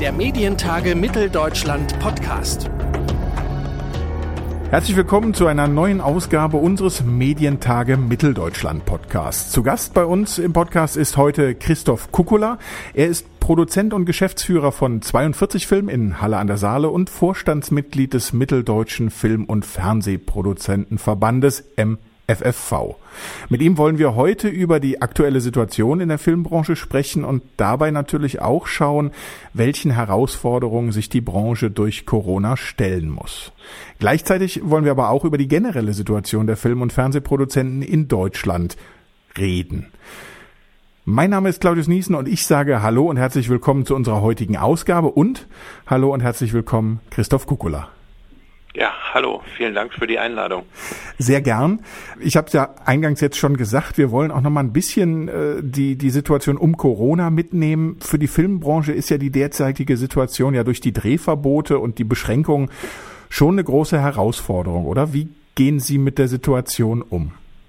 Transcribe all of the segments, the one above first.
der Medientage Mitteldeutschland Podcast. Herzlich willkommen zu einer neuen Ausgabe unseres Medientage Mitteldeutschland Podcasts. Zu Gast bei uns im Podcast ist heute Christoph Kukula. Er ist Produzent und Geschäftsführer von 42 Film in Halle an der Saale und Vorstandsmitglied des Mitteldeutschen Film- und Fernsehproduzentenverbandes MFFV. Mit ihm wollen wir heute über die aktuelle Situation in der Filmbranche sprechen und dabei natürlich auch schauen, welchen Herausforderungen sich die Branche durch Corona stellen muss. Gleichzeitig wollen wir aber auch über die generelle Situation der Film- und Fernsehproduzenten in Deutschland reden. Mein Name ist Claudius Niesen und ich sage Hallo und herzlich willkommen zu unserer heutigen Ausgabe und Hallo und herzlich willkommen Christoph Kukula. Ja, hallo, vielen Dank für die Einladung. Sehr gern. Ich habe es ja eingangs jetzt schon gesagt, wir wollen auch noch mal ein bisschen die Situation um Corona mitnehmen. Für die Filmbranche ist ja die derzeitige Situation ja durch die Drehverbote und die Beschränkungen schon eine große Herausforderung, oder? Wie gehen Sie mit der Situation um?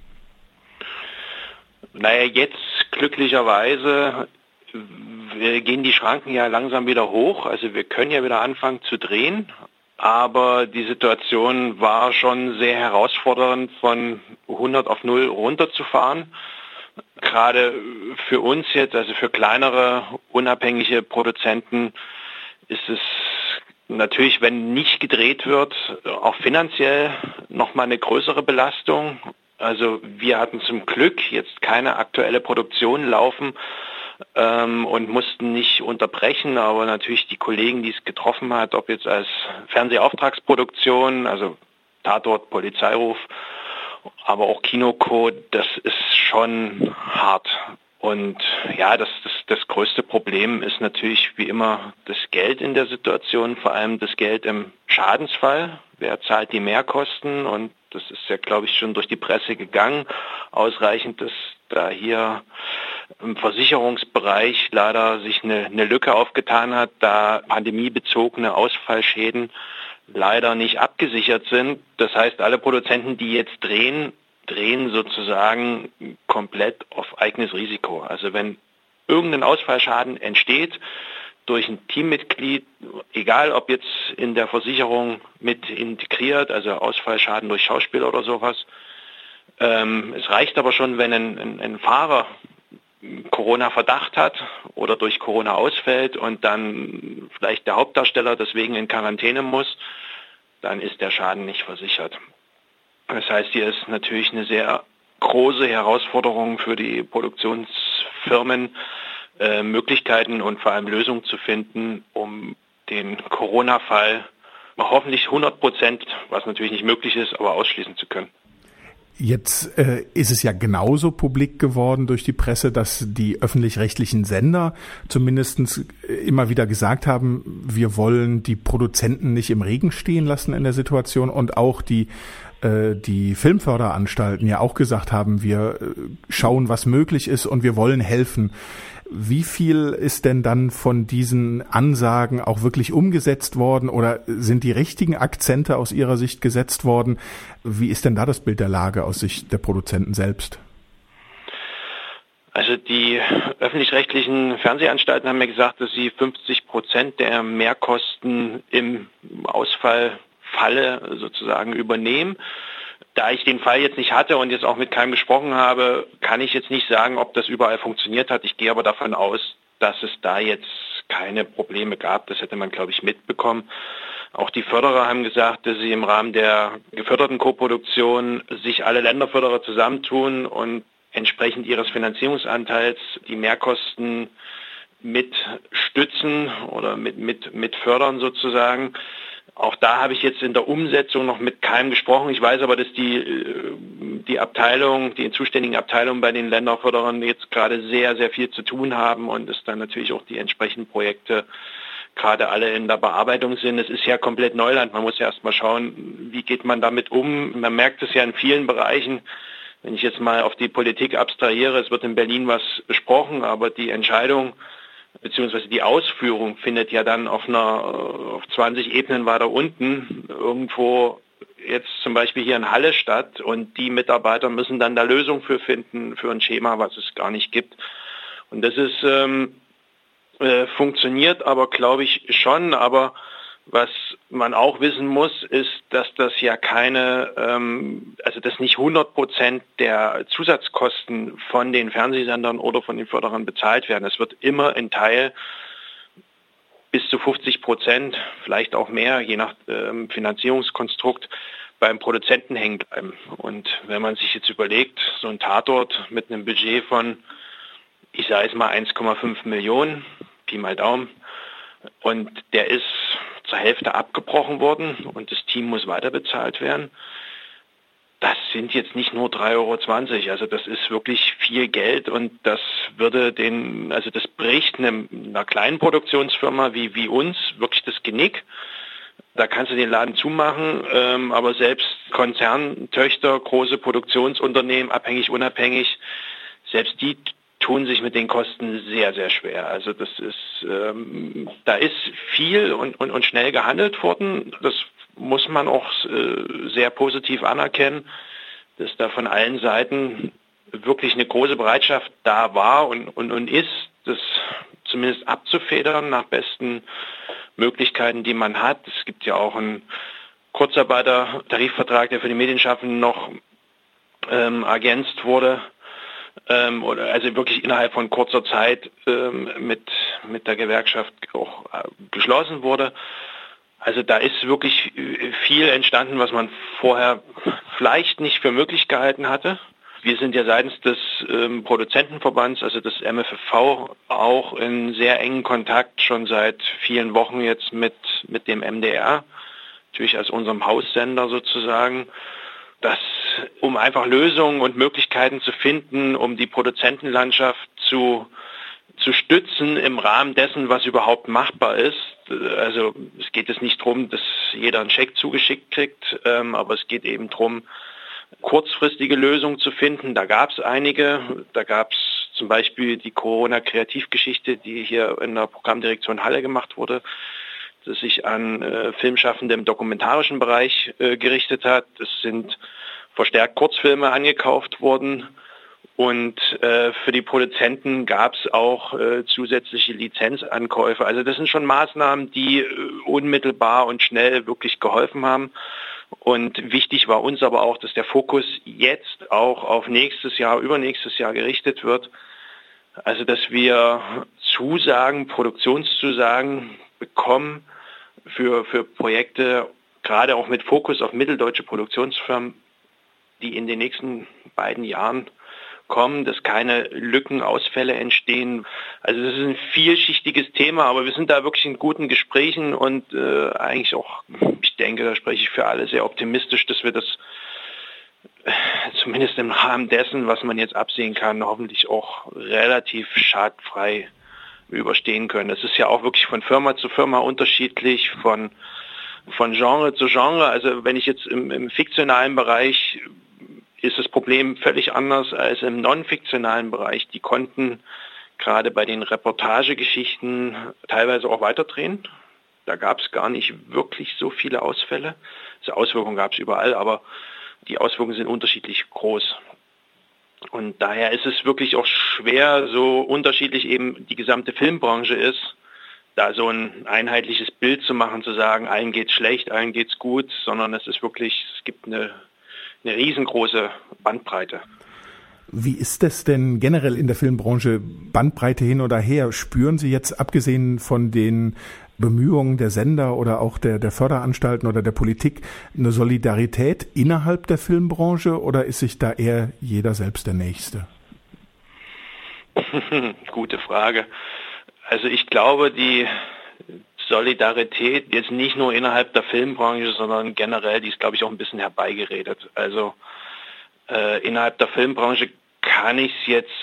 Naja, jetzt glücklicherweise gehen die Schranken ja langsam wieder hoch. Also wir können ja wieder anfangen zu drehen. Aber die Situation war schon sehr herausfordernd, von 100 auf 0 runterzufahren. Gerade für uns jetzt, also für kleinere, unabhängige Produzenten, ist es natürlich, wenn nicht gedreht wird, auch finanziell nochmal eine größere Belastung. Also wir hatten zum Glück jetzt keine aktuelle Produktion laufen und mussten nicht unterbrechen, aber natürlich die Kollegen, die es getroffen hat, ob jetzt als Fernsehauftragsproduktion, also Tatort, Polizeiruf, aber auch Kinoco, das ist schon hart. Und ja, das größte Problem ist natürlich wie immer das Geld in der Situation, vor allem das Geld im Schadensfall. Wer zahlt die Mehrkosten? Und das ist ja, glaube ich, schon durch die Presse gegangen, ausreichend, dass da hier im Versicherungsbereich leider sich eine Lücke aufgetan hat, da pandemiebezogene Ausfallschäden leider nicht abgesichert sind. Das heißt, alle Produzenten, die jetzt drehen sozusagen komplett auf eigenes Risiko. Also wenn irgendein Ausfallschaden entsteht durch ein Teammitglied, egal ob jetzt in der Versicherung mit integriert, also Ausfallschaden durch Schauspieler oder sowas, es reicht aber schon, wenn ein Fahrer Corona-Verdacht hat oder durch Corona ausfällt und dann vielleicht der Hauptdarsteller deswegen in Quarantäne muss, dann ist der Schaden nicht versichert. Das heißt, hier ist natürlich eine sehr große Herausforderung für die Produktionsfirmen, Möglichkeiten und vor allem Lösungen zu finden, um den Corona-Fall hoffentlich 100%, was natürlich nicht möglich ist, aber ausschließen zu können. Jetzt ist es ja genauso publik geworden durch die Presse, dass die öffentlich-rechtlichen Sender zumindest immer wieder gesagt haben, wir wollen die Produzenten nicht im Regen stehen lassen in der Situation und auch die Filmförderanstalten ja auch gesagt haben, wir schauen, was möglich ist und wir wollen helfen. Wie viel ist denn dann von diesen Ansagen auch wirklich umgesetzt worden oder sind die richtigen Akzente aus Ihrer Sicht gesetzt worden? Wie ist denn da das Bild der Lage aus Sicht der Produzenten selbst? Also die öffentlich-rechtlichen Fernsehanstalten haben mir gesagt, dass sie 50% der Mehrkosten im Ausfallfalle sozusagen übernehmen. Da ich den Fall jetzt nicht hatte und jetzt auch mit keinem gesprochen habe, kann ich jetzt nicht sagen, ob das überall funktioniert hat. Ich gehe aber davon aus, dass es da jetzt keine Probleme gab. Das hätte man, glaube ich, mitbekommen. Auch die Förderer haben gesagt, dass sie im Rahmen der geförderten Koproduktion sich alle Länderförderer zusammentun und entsprechend ihres Finanzierungsanteils die Mehrkosten mit stützen oder mit fördern sozusagen. Auch da habe ich jetzt in der Umsetzung noch mit keinem gesprochen. Ich weiß aber, dass die Abteilung, die zuständigen Abteilungen bei den Länderförderern jetzt gerade sehr, sehr viel zu tun haben und es dann natürlich auch die entsprechenden Projekte gerade alle in der Bearbeitung sind. Es ist ja komplett Neuland. Man muss ja erst mal schauen, wie geht man damit um. Man merkt es ja in vielen Bereichen. Wenn ich jetzt mal auf die Politik abstrahiere, es wird in Berlin was besprochen, aber die Entscheidung beziehungsweise die Ausführung findet ja dann auf 20 Ebenen weiter unten irgendwo jetzt zum Beispiel hier in Halle statt und die Mitarbeiter müssen dann da Lösungen für finden, für ein Schema, was es gar nicht gibt. Und das ist funktioniert aber, glaube ich, schon. Aber was man auch wissen muss, ist, dass das ja dass nicht 100% der Zusatzkosten von den Fernsehsendern oder von den Förderern bezahlt werden. Es wird immer ein Teil bis zu 50%, vielleicht auch mehr, je nach Finanzierungskonstrukt, beim Produzenten hängen bleiben. Und wenn man sich jetzt überlegt, so ein Tatort mit einem Budget von, ich sage es mal 1,5 Millionen, Pi mal Daumen, und der ist zur Hälfte abgebrochen worden und das Team muss weiter bezahlt werden. Das sind jetzt nicht nur 3,20 €, also das ist wirklich viel Geld und das würde das bricht einer kleinen Produktionsfirma wie uns wirklich das Genick. Da kannst du den Laden zumachen, aber selbst Konzerntöchter, große Produktionsunternehmen, abhängig, unabhängig, selbst die tun sich mit den Kosten sehr, sehr schwer. Also das ist, da ist viel und schnell gehandelt worden. Das muss man auch sehr positiv anerkennen, dass da von allen Seiten wirklich eine große Bereitschaft da war und ist, das zumindest abzufedern nach besten Möglichkeiten, die man hat. Es gibt ja auch einen Kurzarbeiter-Tarifvertrag, der für die Medienschaffenden noch ergänzt wurde. Also wirklich innerhalb von kurzer Zeit mit der Gewerkschaft auch geschlossen wurde. Also da ist wirklich viel entstanden, was man vorher vielleicht nicht für möglich gehalten hatte. Wir sind ja seitens des Produzentenverbands, also des MFFV, auch in sehr engen Kontakt schon seit vielen Wochen jetzt mit dem MDR, natürlich als unserem Haussender sozusagen, um einfach Lösungen und Möglichkeiten zu finden, um die Produzentenlandschaft zu stützen im Rahmen dessen, was überhaupt machbar ist. Also es geht jetzt nicht darum, dass jeder einen Scheck zugeschickt kriegt, aber es geht eben darum, kurzfristige Lösungen zu finden. Da gab es einige. Da gab es zum Beispiel die Corona-Kreativgeschichte, die hier in der Programmdirektion Halle gemacht wurde, das sich an Filmschaffende im dokumentarischen Bereich gerichtet hat. Es sind verstärkt Kurzfilme angekauft worden und für die Produzenten gab es auch zusätzliche Lizenzankäufe. Also das sind schon Maßnahmen, die unmittelbar und schnell wirklich geholfen haben. Und wichtig war uns aber auch, dass der Fokus jetzt auch auf nächstes Jahr, übernächstes Jahr gerichtet wird. Also dass wir Zusagen, Produktionszusagen bekommen für Projekte, gerade auch mit Fokus auf mitteldeutsche Produktionsfirmen, die in den nächsten beiden Jahren kommen, dass keine Lücken, Ausfälle entstehen. Also das ist ein vielschichtiges Thema, aber wir sind da wirklich in guten Gesprächen und eigentlich auch, ich denke, da spreche ich für alle, sehr optimistisch, dass wir das zumindest im Rahmen dessen, was man jetzt absehen kann, hoffentlich auch relativ schadfrei überstehen können. Das ist ja auch wirklich von Firma zu Firma unterschiedlich, von Genre zu Genre. Also wenn ich jetzt im fiktionalen Bereich ist das Problem völlig anders als im non-fiktionalen Bereich. Die konnten gerade bei den Reportagegeschichten teilweise auch weiterdrehen. Da gab es gar nicht wirklich so viele Ausfälle. Also Auswirkungen gab es überall, aber die Auswirkungen sind unterschiedlich groß. Und daher ist es wirklich auch schwer, so unterschiedlich eben die gesamte Filmbranche ist, da so ein einheitliches Bild zu machen, zu sagen, allen geht's schlecht, allen geht's gut, sondern es gibt eine riesengroße Bandbreite. Wie ist das denn generell in der Filmbranche, Bandbreite hin oder her? Spüren Sie jetzt, abgesehen von den Bemühungen der Sender oder auch der Förderanstalten oder der Politik, eine Solidarität innerhalb der Filmbranche oder ist sich da eher jeder selbst der Nächste? Gute Frage. Also ich glaube, die Solidarität jetzt nicht nur innerhalb der Filmbranche, sondern generell, die ist, glaube ich, auch ein bisschen herbeigeredet. Also innerhalb der Filmbranche kann ich es jetzt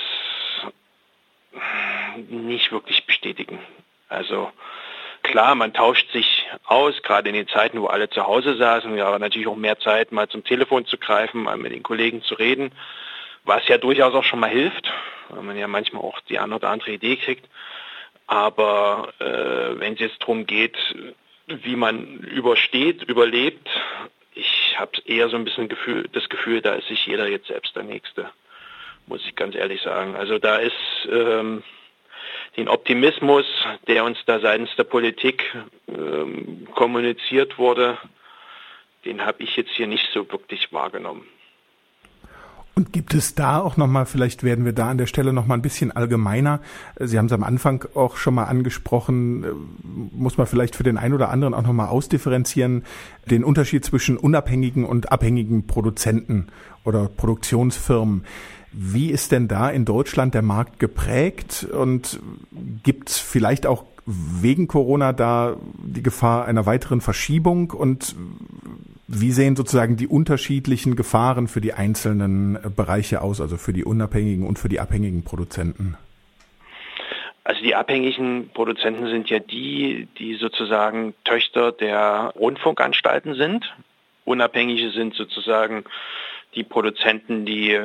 nicht wirklich bestätigen. Also klar, man tauscht sich aus, gerade in den Zeiten, wo alle zu Hause saßen, ja, aber natürlich auch mehr Zeit, mal zum Telefon zu greifen, mal mit den Kollegen zu reden, was ja durchaus auch schon mal hilft, weil man ja manchmal auch die eine oder andere Idee kriegt. Aber wenn es jetzt darum geht, wie man überlebt, ich habe eher so ein bisschen das Gefühl, da ist sich jeder jetzt selbst der Nächste, muss ich ganz ehrlich sagen. Also da ist den Optimismus, der uns da seitens der Politik kommuniziert wurde, den habe ich jetzt hier nicht so wirklich wahrgenommen. Und gibt es da auch nochmal, vielleicht werden wir da an der Stelle nochmal ein bisschen allgemeiner, Sie haben es am Anfang auch schon mal angesprochen, muss man vielleicht für den einen oder anderen auch nochmal ausdifferenzieren, den Unterschied zwischen unabhängigen und abhängigen Produzenten oder Produktionsfirmen. Wie ist denn da in Deutschland der Markt geprägt und gibt es vielleicht auch wegen Corona da die Gefahr einer weiteren Verschiebung und wie sehen sozusagen die unterschiedlichen Gefahren für die einzelnen Bereiche aus, also für die unabhängigen und für die abhängigen Produzenten? Also die abhängigen Produzenten sind ja die sozusagen Töchter der Rundfunkanstalten sind. Unabhängige sind sozusagen die Produzenten, die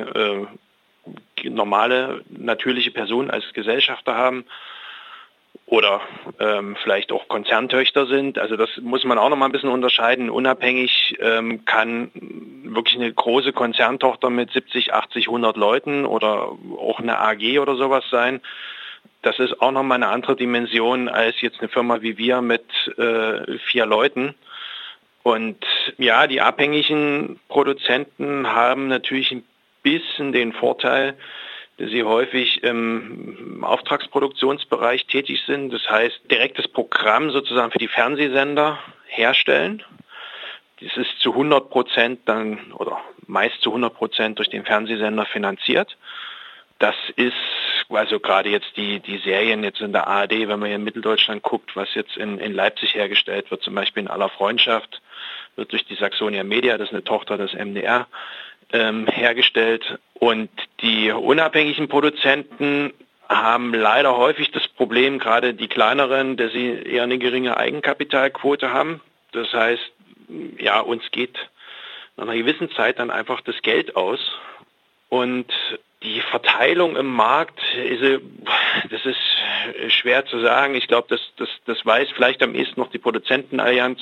normale, natürliche Personen als Gesellschafter haben oder vielleicht auch Konzerntöchter sind. Also das muss man auch noch mal ein bisschen unterscheiden. Unabhängig kann wirklich eine große Konzerntochter mit 70, 80, 100 Leuten oder auch eine AG oder sowas sein. Das ist auch noch mal eine andere Dimension als jetzt eine Firma wie wir mit 4 Leuten. Und ja, die abhängigen Produzenten haben natürlich ein bisschen den Vorteil, dass sie häufig im Auftragsproduktionsbereich tätig sind. Das heißt, direktes Programm sozusagen für die Fernsehsender herstellen. Das ist zu 100% dann oder meist zu 100% durch den Fernsehsender finanziert. Das ist, also gerade jetzt die Serien jetzt in der ARD, wenn man hier in Mitteldeutschland guckt, was jetzt in Leipzig hergestellt wird, zum Beispiel in Aller Freundschaft, wird durch die Saxonia Media, das ist eine Tochter des MDR, hergestellt. Und die unabhängigen Produzenten haben leider häufig das Problem, gerade die kleineren, dass sie eher eine geringe Eigenkapitalquote haben. Das heißt, ja, uns geht nach einer gewissen Zeit dann einfach das Geld aus. Und die Verteilung im Markt, das ist schwer zu sagen. Ich glaube, das weiß vielleicht am ehesten noch die Produzentenallianz.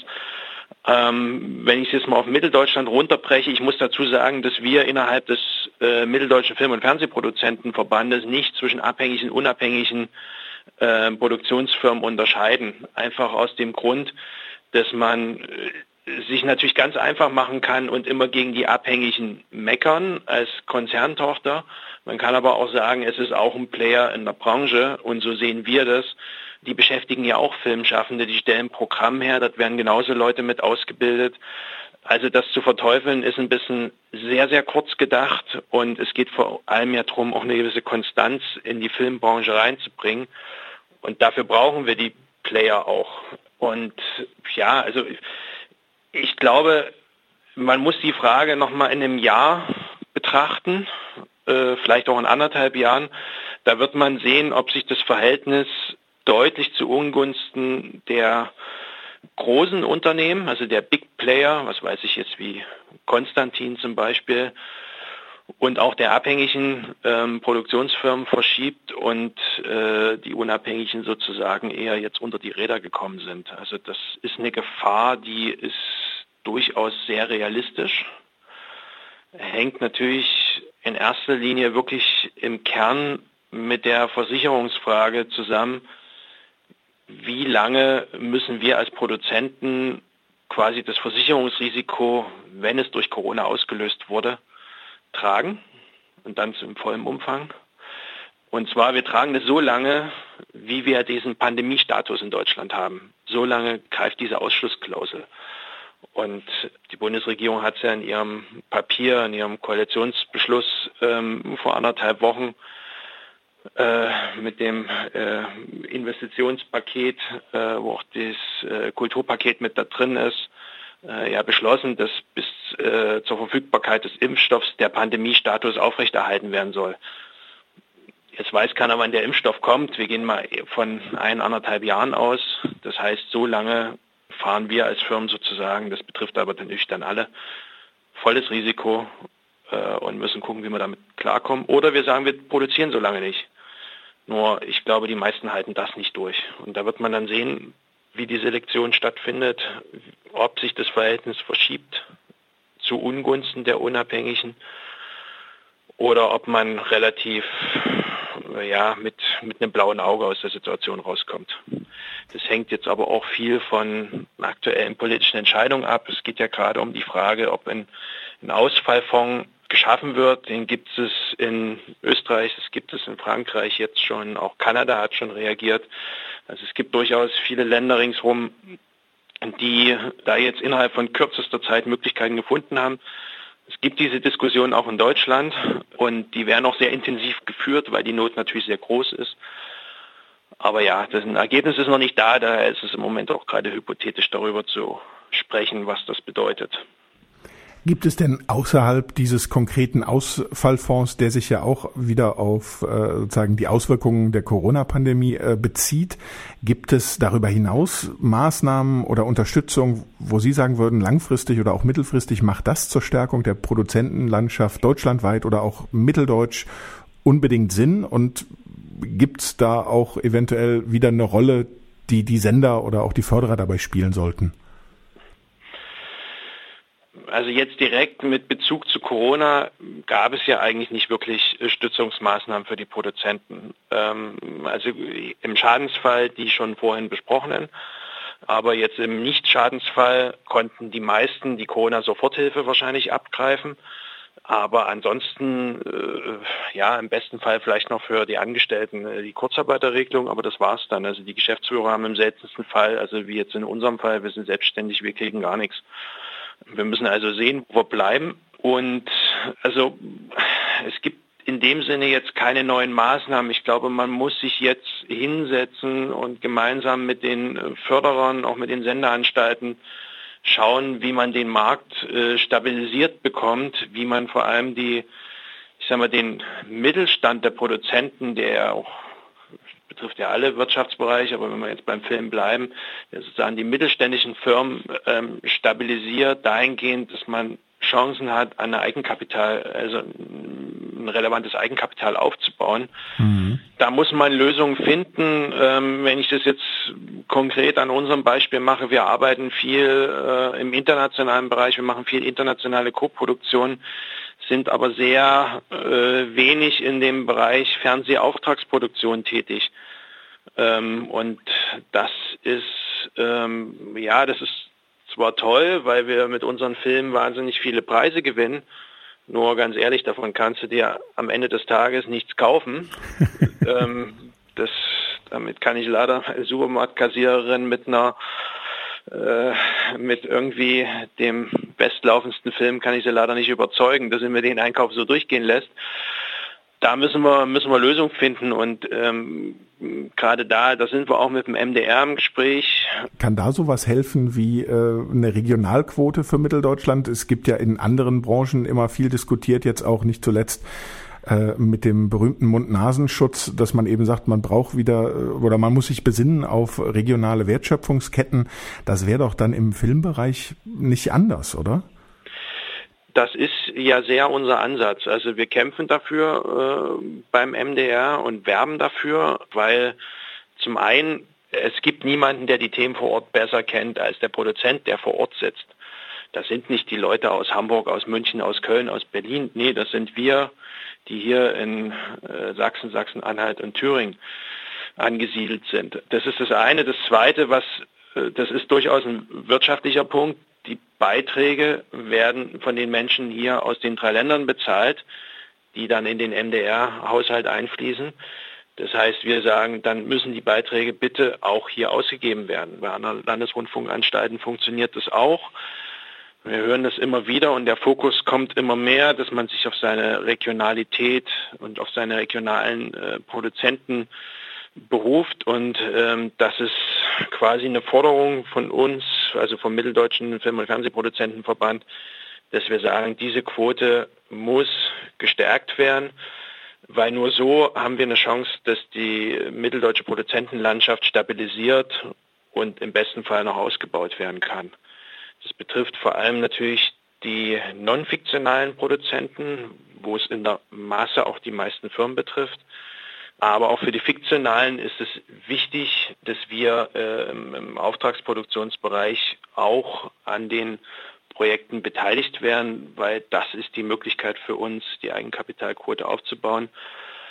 Wenn ich es jetzt mal auf Mitteldeutschland runterbreche, ich muss dazu sagen, dass wir innerhalb des Mitteldeutschen Film- und Fernsehproduzentenverbandes nicht zwischen abhängigen und unabhängigen Produktionsfirmen unterscheiden. Einfach aus dem Grund, dass man sich natürlich ganz einfach machen kann und immer gegen die Abhängigen meckern als Konzerntochter. Man kann aber auch sagen, es ist auch ein Player in der Branche und so sehen wir das. Die beschäftigen ja auch Filmschaffende, die stellen Programm her, dort werden genauso Leute mit ausgebildet. Also das zu verteufeln ist ein bisschen sehr, sehr kurz gedacht und es geht vor allem ja darum, auch eine gewisse Konstanz in die Filmbranche reinzubringen und dafür brauchen wir die Player auch. Und ja, also ich glaube, man muss die Frage nochmal in einem Jahr betrachten, vielleicht auch in 1,5 Jahren. Da wird man sehen, ob sich das Verhältnis deutlich zu Ungunsten der großen Unternehmen, also der Big Player, was weiß ich jetzt wie Konstantin zum Beispiel, und auch der abhängigen Produktionsfirmen verschiebt und die Unabhängigen sozusagen eher jetzt unter die Räder gekommen sind. Also das ist eine Gefahr, die ist durchaus sehr realistisch. Hängt natürlich in erster Linie wirklich im Kern mit der Versicherungsfrage zusammen, wie lange müssen wir als Produzenten quasi das Versicherungsrisiko, wenn es durch Corona ausgelöst wurde, tragen und dann im vollen Umfang. Und zwar, wir tragen das so lange, wie wir diesen Pandemiestatus in Deutschland haben. So lange greift diese Ausschlussklausel. Und die Bundesregierung hat es ja in ihrem Papier, in ihrem Koalitionsbeschluss vor 1,5 Wochen mit dem Investitionspaket, wo auch das Kulturpaket mit da drin ist, ja beschlossen, dass bis zur Verfügbarkeit des Impfstoffs der Pandemiestatus aufrechterhalten werden soll. Jetzt weiß keiner, wann der Impfstoff kommt. Wir gehen mal von 1,5 Jahren aus. Das heißt, so lange fahren wir als Firmen sozusagen, das betrifft aber natürlich dann alle, volles Risiko und müssen gucken, wie wir damit klarkommen. Oder wir sagen, wir produzieren so lange nicht. Nur ich glaube, die meisten halten das nicht durch. Und da wird man dann sehen, wie die Selektion stattfindet, ob sich das Verhältnis verschiebt zu Ungunsten der Unabhängigen oder ob man relativ mit einem blauen Auge aus der Situation rauskommt. Das hängt jetzt aber auch viel von aktuellen politischen Entscheidungen ab. Es geht ja gerade um die Frage, ob ein Ausfallfonds geschaffen wird. Den gibt es in Österreich, es gibt es in Frankreich jetzt schon, auch Kanada hat schon reagiert. Also es gibt durchaus viele Länder ringsherum, die da jetzt innerhalb von kürzester Zeit Möglichkeiten gefunden haben. Es gibt diese Diskussion auch in Deutschland und die werden auch sehr intensiv geführt, weil die Not natürlich sehr groß ist. Aber ja, das Ergebnis ist noch nicht da, daher ist es im Moment auch gerade hypothetisch darüber zu sprechen, was das bedeutet. Gibt es denn außerhalb dieses konkreten Ausfallfonds, der sich ja auch wieder auf sozusagen die Auswirkungen der Corona-Pandemie bezieht, gibt es darüber hinaus Maßnahmen oder Unterstützung, wo Sie sagen würden, langfristig oder auch mittelfristig macht das zur Stärkung der Produzentenlandschaft deutschlandweit oder auch mitteldeutsch unbedingt Sinn? Und gibt es da auch eventuell wieder eine Rolle, die die Sender oder auch die Förderer dabei spielen sollten? Also jetzt direkt mit Bezug zu Corona gab es ja eigentlich nicht wirklich Stützungsmaßnahmen für die Produzenten. Also im Schadensfall die schon vorhin besprochenen, aber jetzt im Nicht-Schadensfall konnten die meisten die Corona-Soforthilfe wahrscheinlich abgreifen. Aber ansonsten, im besten Fall vielleicht noch für die Angestellten die Kurzarbeiterregelung, aber das war's dann. Also die Geschäftsführer haben im seltensten Fall, also wie jetzt in unserem Fall, wir sind selbstständig, wir kriegen gar nichts. Wir müssen also sehen, wo wir bleiben. Und also es gibt in dem Sinne jetzt keine neuen Maßnahmen. Ich glaube, man muss sich jetzt hinsetzen und gemeinsam mit den Förderern, auch mit den Sendeanstalten, schauen, wie man den Markt stabilisiert bekommt, wie man vor allem den Mittelstand der Produzenten, der auch betrifft ja alle Wirtschaftsbereiche, aber wenn wir jetzt beim Film bleiben, sozusagen die mittelständischen Firmen stabilisiert dahingehend, dass man Chancen hat, ein relevantes Eigenkapital aufzubauen. Mhm. Da muss man Lösungen finden. Wenn ich das jetzt konkret an unserem Beispiel mache, wir arbeiten viel im internationalen Bereich, wir machen viel internationale Koproduktion, sind aber sehr wenig in dem Bereich Fernsehauftragsproduktion tätig. Und das ist, das ist zwar toll, weil wir mit unseren Filmen wahnsinnig viele Preise gewinnen, nur ganz ehrlich, davon kannst du dir am Ende des Tages nichts kaufen. Damit kann ich leider als Supermarktkassiererin mit irgendwie dem bestlaufendsten Film kann ich sie leider nicht überzeugen, dass sie mir den Einkauf so durchgehen lässt. Da müssen wir Lösungen finden und gerade da sind wir auch mit dem MDR im Gespräch. Kann da sowas helfen wie eine Regionalquote für Mitteldeutschland? Es gibt ja in anderen Branchen immer viel diskutiert, jetzt auch nicht zuletzt mit dem berühmten Mund-Nasenschutz, dass man eben sagt, man braucht wieder oder man muss sich besinnen auf regionale Wertschöpfungsketten. Das wäre doch dann im Filmbereich nicht anders, oder? Das ist ja sehr unser Ansatz. Also wir kämpfen dafür beim MDR und werben dafür, weil zum einen es gibt niemanden, der die Themen vor Ort besser kennt als der Produzent, der vor Ort sitzt. Das sind nicht die Leute aus Hamburg, aus München, aus Köln, aus Berlin. Nee, das sind wir, die hier in Sachsen, Sachsen-Anhalt und Thüringen angesiedelt sind. Das ist das eine. Das zweite, das ist durchaus ein wirtschaftlicher Punkt. Die Beiträge werden von den Menschen hier aus den 3 Ländern bezahlt, die dann in den MDR-Haushalt einfließen. Das heißt, wir sagen, dann müssen die Beiträge bitte auch hier ausgegeben werden. Bei anderen Landesrundfunkanstalten funktioniert das auch. Wir hören das immer wieder und der Fokus kommt immer mehr, dass man sich auf seine Regionalität und auf seine regionalen Produzenten beruft und das ist quasi eine Forderung von uns, also vom Mitteldeutschen Film- und Fernsehproduzentenverband, dass wir sagen, diese Quote muss gestärkt werden, weil nur so haben wir eine Chance, dass die mitteldeutsche Produzentenlandschaft stabilisiert und im besten Fall noch ausgebaut werden kann. Das betrifft vor allem natürlich die non-fiktionalen Produzenten, wo es in der Masse auch die meisten Firmen betrifft. Aber auch für die Fiktionalen ist es wichtig, dass wir im Auftragsproduktionsbereich auch an den Projekten beteiligt werden, weil das ist die Möglichkeit für uns, die Eigenkapitalquote aufzubauen.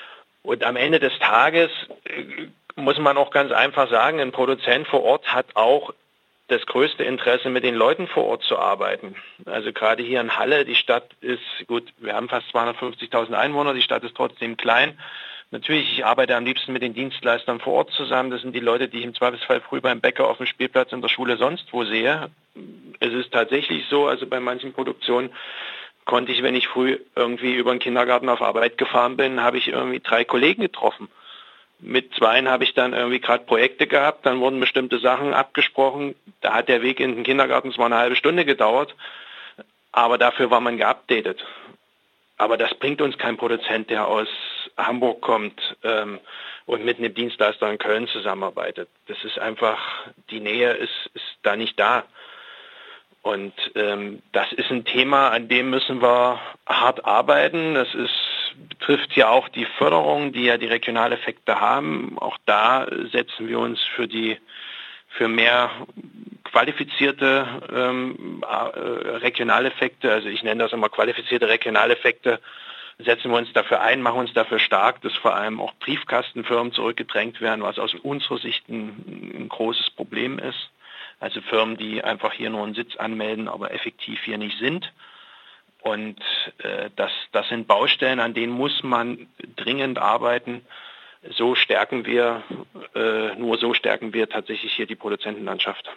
Und am Ende des Tages muss man auch ganz einfach sagen, ein Produzent vor Ort hat auch das größte Interesse, mit den Leuten vor Ort zu arbeiten. Also gerade hier in Halle, die Stadt ist, gut, wir haben fast 250.000 Einwohner, die Stadt ist trotzdem klein. Natürlich, ich arbeite am liebsten mit den Dienstleistern vor Ort zusammen. Das sind die Leute, die ich im Zweifelsfall früh beim Bäcker auf dem Spielplatz, in der Schule, sonst wo sehe. Es ist tatsächlich so, also bei manchen Produktionen konnte ich, wenn ich früh irgendwie über den Kindergarten auf Arbeit gefahren bin, habe ich irgendwie 3 Kollegen getroffen. Mit 2 habe ich dann irgendwie gerade Projekte gehabt, dann wurden bestimmte Sachen abgesprochen. Da hat der Weg in den Kindergarten zwar eine halbe Stunde gedauert, aber dafür war man geupdatet. Aber das bringt uns kein Produzent, der aus Hamburg kommt und mit einem Dienstleister in Köln zusammenarbeitet. Das ist einfach, die Nähe ist da nicht da. Und das ist ein Thema, an dem müssen wir hart arbeiten. Das betrifft ja auch die Förderung, die ja die Regionaleffekte haben. Auch da setzen wir uns für mehr qualifizierte Regionaleffekte, also ich nenne das immer qualifizierte Regionaleffekte, setzen wir uns dafür ein, machen uns dafür stark, dass vor allem auch Briefkastenfirmen zurückgedrängt werden, was aus unserer Sicht ein großes Problem ist. Also Firmen, die einfach hier nur einen Sitz anmelden, aber effektiv hier nicht sind. Und das sind Baustellen, an denen muss man dringend arbeiten. Nur so stärken wir tatsächlich hier die Produzentenlandschaft.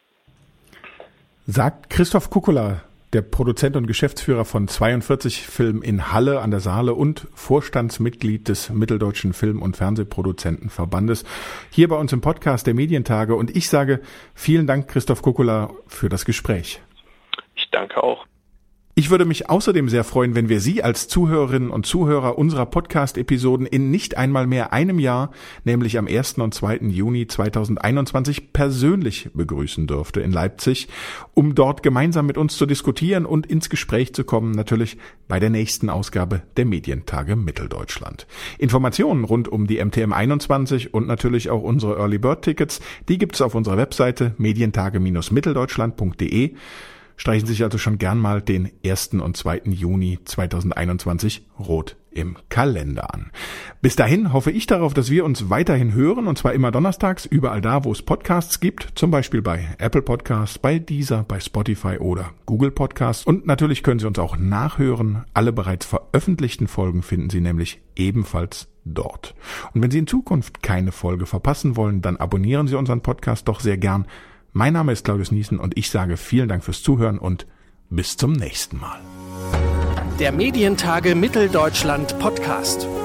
Sagt Christoph Kukula, der Produzent und Geschäftsführer von 42 Film in Halle an der Saale und Vorstandsmitglied des Mitteldeutschen Film- und Fernsehproduzentenverbandes, hier bei uns im Podcast der Medientage. Und ich sage vielen Dank, Christoph Kukula, für das Gespräch. Ich danke auch. Ich würde mich außerdem sehr freuen, wenn wir Sie als Zuhörerinnen und Zuhörer unserer Podcast-Episoden in nicht einmal mehr einem Jahr, nämlich am 1. und 2. Juni 2021, persönlich begrüßen dürfte in Leipzig, um dort gemeinsam mit uns zu diskutieren und ins Gespräch zu kommen, natürlich bei der nächsten Ausgabe der Medientage Mitteldeutschland. Informationen rund um die MTM 21 und natürlich auch unsere Early Bird Tickets, die gibt's auf unserer Webseite medientage-mitteldeutschland.de. Streichen Sie sich also schon gern mal den 1. und 2. Juni 2021 rot im Kalender an. Bis dahin hoffe ich darauf, dass wir uns weiterhin hören, und zwar immer donnerstags, überall da, wo es Podcasts gibt, zum Beispiel bei Apple Podcasts, bei Deezer, bei Spotify oder Google Podcasts. Und natürlich können Sie uns auch nachhören. Alle bereits veröffentlichten Folgen finden Sie nämlich ebenfalls dort. Und wenn Sie in Zukunft keine Folge verpassen wollen, dann abonnieren Sie unseren Podcast doch sehr gern. Mein Name ist Claudius Niesen und ich sage vielen Dank fürs Zuhören und bis zum nächsten Mal. Der Medientage Mitteldeutschland Podcast.